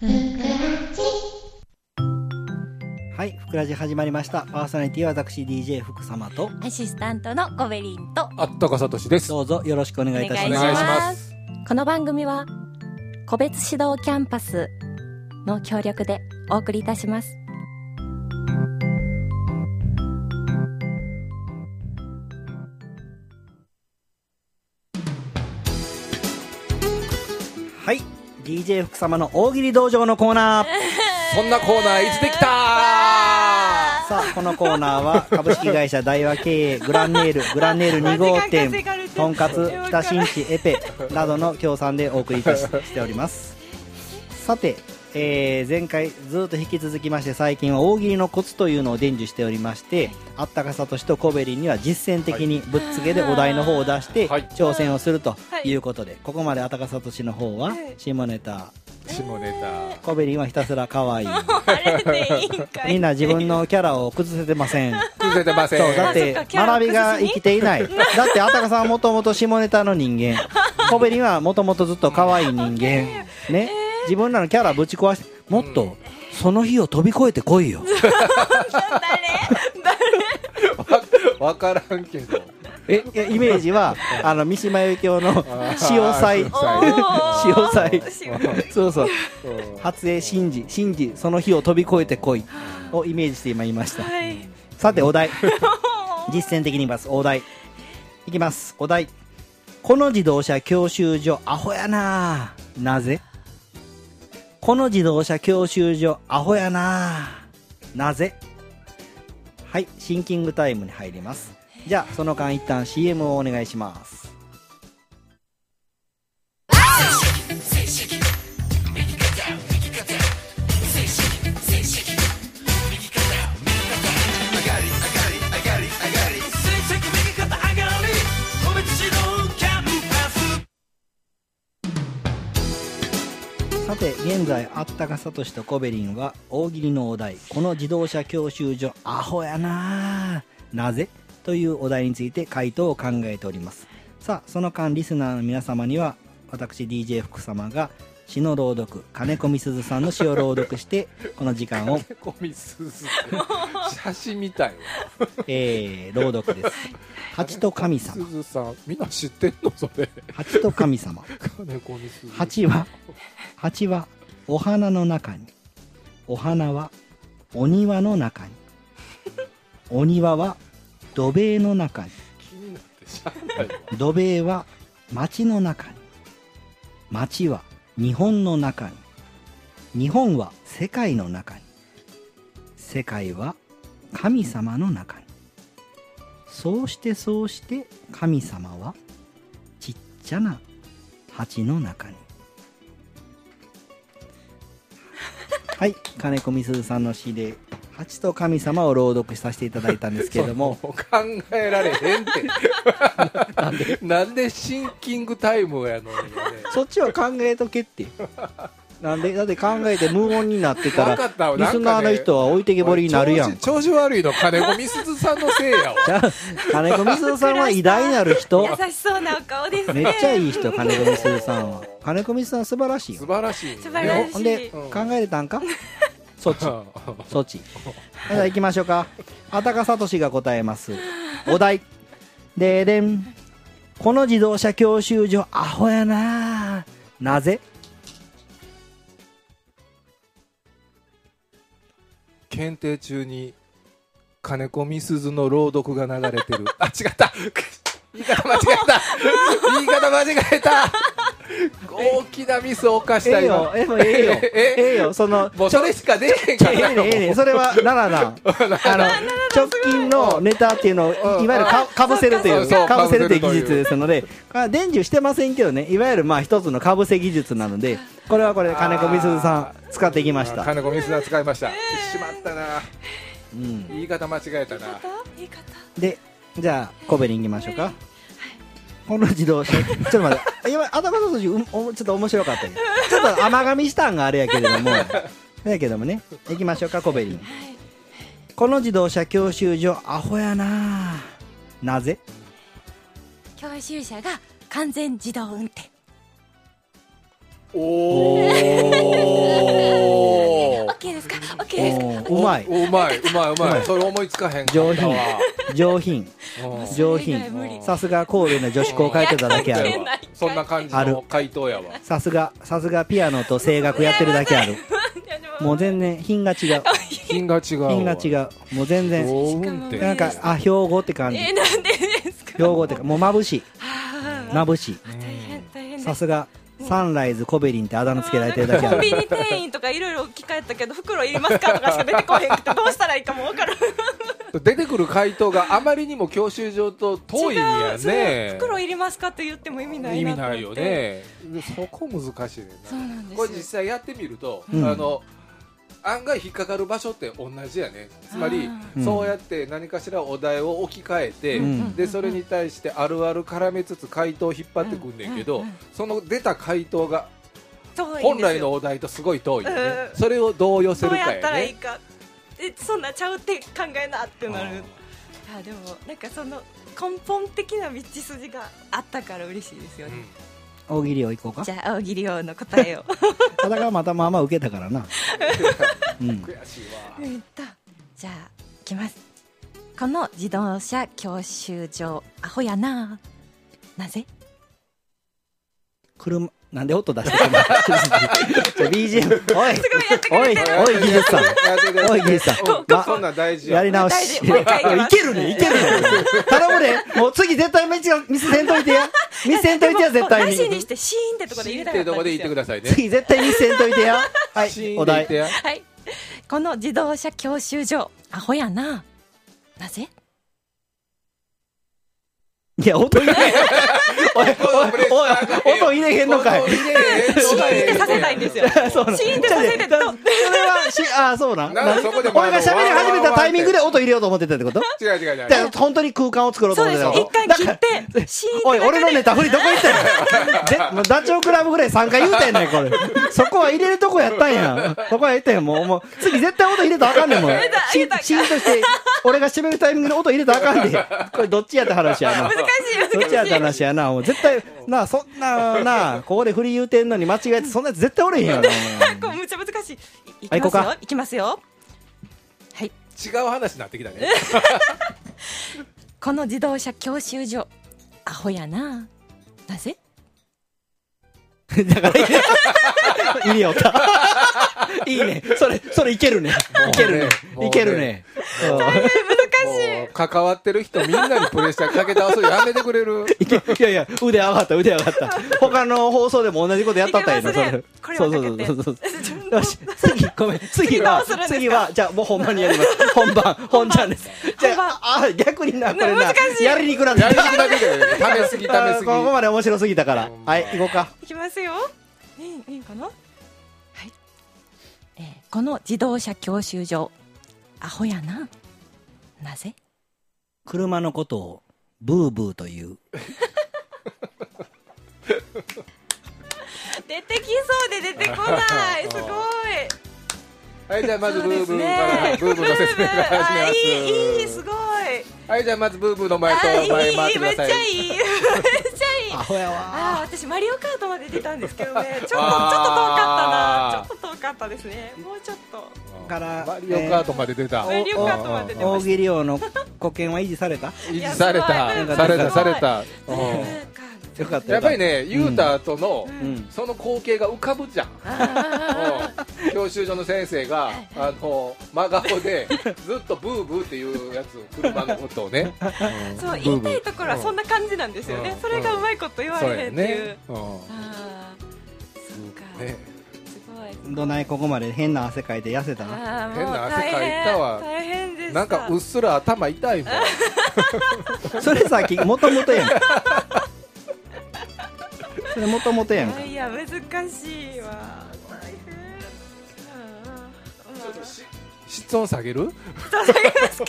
はい、ふくらじ始まりました。パーソナリティは私 DJ 福様とアシスタントのコベリンとあったかさとしです。 どうぞよろしくお願いいたします。 お願いします。この番組は個別指導キャンパスの協力でお送りいたします。 はい、DJ 福様の大喜利道場のコーナーそんなコーナーいつできたさあ、このコーナーは株式会社大和経営グランネール2号店とんかつ北新地エペなどの協賛でお送りいたしております。さて、前回ずっと引き続きまして最近は大喜利のコツというのを伝授しておりまして、あったかさとしとコベリンには実践的にぶっつけでお題の方を出して挑戦をするということで、ここまであったかさとしの方は下ネタ、コベリンはひたすら可愛いみんな自分のキャラを崩せてません。 崩せてません。 そうだって学びが生きていない。だってあたかさんはもともと下ネタの人間、コベリンはもともとずっと可愛い人間ね。自分らのキャラぶち壊して、もっとその日を飛び越えてこいよ。 わからんけど、 イメージは三島由紀夫の潮祭そうそう、初江真治その日を飛び越えてこいをイメージして今言いました。さてお題実践的に言います。お題いきます。お題、この自動車教習所アホやな、なぜ？この自動車教習所アホやな、なぜ？はい、シンキングタイムに入ります。じゃあその間一旦 CM をお願いします。さて現在あったかさとしとコベリンは大喜利のお題、この自動車教習所アホやななぜというお題について回答を考えております。さあその間リスナーの皆様には私 DJ 福様が詩の朗読、金子みすずさんの詩を朗読してこの時間を金子みすず写真みたいわ朗読です。蜂と神様、 みすずさんみんな知ってんのそれ。 蜂と神様金子みすず、 蜂はお花の中に、お花はお庭の中に、お庭は土塀の中に、 気になってしゃあないわ。 土塀は町の中に、町は日本の中に、日本は世界の中に、世界は神様の中に、そうして神様はちっちゃな蜂の中に。はい、金子みすずさんの詩で蜂と神様を朗読させていただいたんですけれども考えられへんってなんでシンキングタイムやのに、ね、 そっちは考えとけってなんでだって考えて無音になってたらリスナーの人は置いてけぼりになるやん。 調子悪いの金子みすずさんのせいやわ。 じゃあ金子みすずさんは偉大なる人優しそうなお顔ですね。 めっちゃいい人、金子みすずさんは。金子みすずさん素晴らしいよ。 素晴らしい、 ほんで、考えれたんかそっちじゃあ行きましょうか。あたかさとしが答えます。お題ででん、この自動車教習所アホやな、なぜ？ 検定中に金子みすずの朗読が流れてる。あ、違った、言い方間違えた大きなミスを犯したよ。ええよそのもうそれしか出えへんからね。それは直近のネタっていうのをいわゆるかぶせるという技術ですので、伝授してませんけどね、いわゆるまあ一つのかぶせ技術なので、これはこれ金子みすずさん使ってきました。 金子みすずさん使いました。しまったな、言い方間違えたな。 でじゃあコベリンいきましょうか。この自動車ちょっと待って今頭の途中ちょっと面白かったけどちょっと甘噛みしたんがあれやけれどもだけどもね、いきましょうかコベリン。この自動車教習所アホやな、なぜ？ 教習車が完全自動運転。 おーうまい。 それ思いつかへんかった上わ。 品。上品。上品。さすが神戸の女子校書いてただけある。 そんな感じの回答やわ。 さすがピアノと声楽やってるだけある。もう全然品が違う。 品が違う。 もう全然。なんか標語って感じ。 なんでですか。 標語ってかもう眩しい。眩しい。さすがサンライズコベリンってあだ名つけられてるだけある。 コンビニ店員とかいろいろ聞かれたけど袋いりますかとかしか出てこへんくてどうしたらいいかも分からん。 出てくる回答があまりにも教習所と遠いんやね。 袋いりますかって言っても意味ないなと思って。 意味ないよね。そこ難しいね。 そうなんですよ。 これ実際やってみると、案外引っかかる場所って同じやね。つまり、そうやって何かしらお題を置き換えて、でそれに対してあるある絡めつつ回答を引っ張ってくんねんけど、その出た回答が本来のお題とすごい遠いよね。それをどう寄せるかやね。 どうやったらいいか。そんなちゃうって考えなってなる。でもなんかその根本的な道筋があったから嬉しいですよね。 大喜利をいこうか。 じゃあ大喜利王の答えを。 だからまたまあまあ受けたからな。 悔しいわ。 じゃあいきます。この自動車教習所アホやな。なぜ？ 車なんで音出してるの？BGM おい技術さん、おい技術さん、 そんなん大事や。 やり直し。いけるね。頼むね。もう次絶対ミスせんといてや。ミスせんといてや絶対に。 なしにしてシーンってとこで入れたかったんですよ。 とこで言ってくださいね。 次絶対ミスせんといてや。はい。お題。 はい。この自動車教習所アホやな。なぜ？ いや音入れへん。音入れへんのかい。 シーンってさせたいんですよ。シーンってさせてと。 それはそうなん。俺が喋り始めたタイミングで音入れようと思ってたってこと？ 違う。 本当に空間を作ろうと思ってた。 そうです。一回切ってシーン。 おい俺のネタ振りどこ行ったんや。ダチョウ倶楽部ぐらい3回言うたんやねんこれ。そこは入れるとこやったんや。そこは言ったんや。もう次絶対音入れたらあかんねんもん。シーンとして俺が喋るタイミングで音入れたらあかんで。これどっちやって話やな。 難しい。 どっちやって話やな。もう絶対なそんなここで振り言うてんのに間違えてそんなやつ絶対おれへんやろ。 これむちゃ難しい。いきますよ。はい。 違う話になってきたね。 この自動車教習所アホやな。なぜ？ だから入れようか。いいね。それいけるね。いけるね。 難しい。 関わってる人みんなにプレッシャーかけて遊びやめてくれる？ いや腕上がった。他の放送でも同じことやったったんやな。そう。よし次はじゃあもう本番にやります。本ちゃんです。じゃあ逆になこれなやりにくなってきた。 試すぎ。 ここまで面白すぎたから。はい行こうか。 いきますよ。いいかな。はい。この自動車教習所アホやな。なぜ？ 車のことをブーブーという出てきそうで出てこないすごい。 はいじゃあまずブーブーからブーブーの説明から始めます。 いいすごい。 はいじゃあまずブーブーの前と前回ってください。 めっちゃいいアホやわ。 私マリオカートまで出たんですけどね。ちょっと遠かったですね。もうちょっとからマリオカートまで出た。 マリオカートまで出ました。 大喜利王の保険は維持された？ 維持された。 よかったやっぱりね言うた後のその光景が浮かぶじゃん。教習所の先生が真顔でずっとブーブーっていうやつ車のことをね。 そう言いたいところはそんな感じなんですよね。それがうまいこと言われへんっていう。 どないここまで変な汗かいて痩せたの？ 変な汗かいたわ。 大変でした。 なんかうっすら頭痛いもん。 それさっきもともとやん。それもともとやんか。 いや難しいわ。大変。 ちょっと室温下げる？ 下げますか？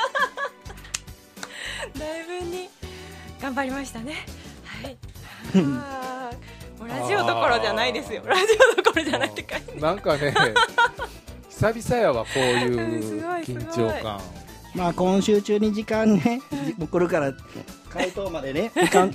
だいぶに頑張りましたね。はい。もうラジオどころじゃないですよ。ラジオどころじゃないって感じ。 なんかね、久々やわこういう緊張感。 まあ今週中に時間ね、来るから回答までね、時間。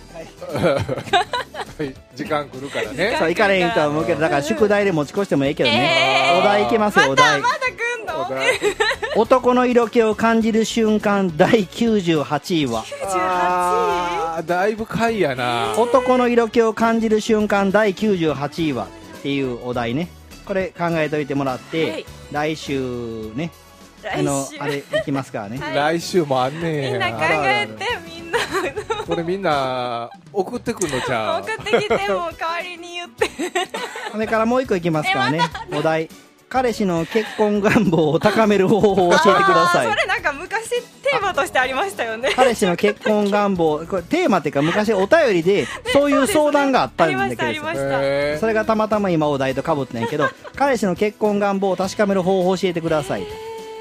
時間来るからね。 そう行かれへんとは思うけど、だから宿題で持ち越してもいいけどね。お題いけますよ。お題。 まだ来んの？ よ。 男の色気を感じる瞬間第98位は。 98 だいぶ回やな。 男の色気を感じる瞬間第98位はっていうお題ね。これ考えといてもらって、はい、来週ね、あれいきますからね、 はい、来週もあんねん。 みんな考えて、みんなこれみんな送ってくんのちゃう。 送ってきて、もう代わりに言ってそれからもう一個いきますからね、お題、彼氏の結婚願望を高める方法を教えてください。 それなんか昔テーマとしてありましたよね。 彼氏の結婚願望、これテーマっていうか昔お便りでそういう相談があったんだけど、それがたまたま今お題と被ってないけど、彼氏の結婚願望を確かめる方法を教えてください。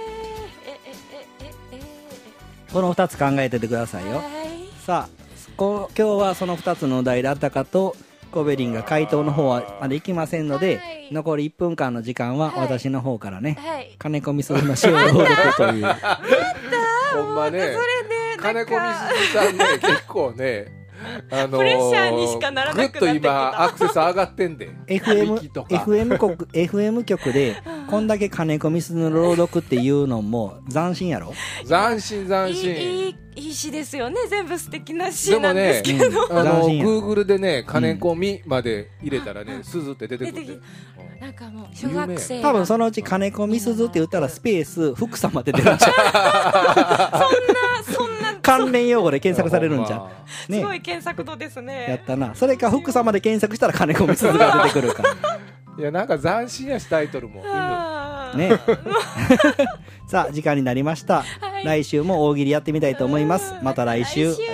この2つ考えててくださいよ。さあ今日はその2つのお題だったかとコベリンが回答の方はまでいきませんので、残り1分間の時間は私の方からね、金子みすずの塩を朗読というほんまね、金子みすずさんね、結構ね、 プレッシャーにしかならなくなってきた。 ぐっと今アクセス上がってんで FM 局でこんだけ金子みすずの朗読っていうのも斬新やろ。 斬新いい詩ですよね。全部素敵な詩なんですけど、 でもね、Google でね、金子みまで入れたらね、すずって出てくるんで、 なんかもう小学生多分そのうち金子みすずって言ったらスペース福様って出るんちゃうそんな関連用語で検索されるんちゃう、 ね、すごい検索度ですね。 やったな。それか福様で検索したら金子みすずが出てくるからいや、なんか斬新やし、タイトルもねさあ時間になりました、はい、来週も大喜利やってみたいと思います。また来週。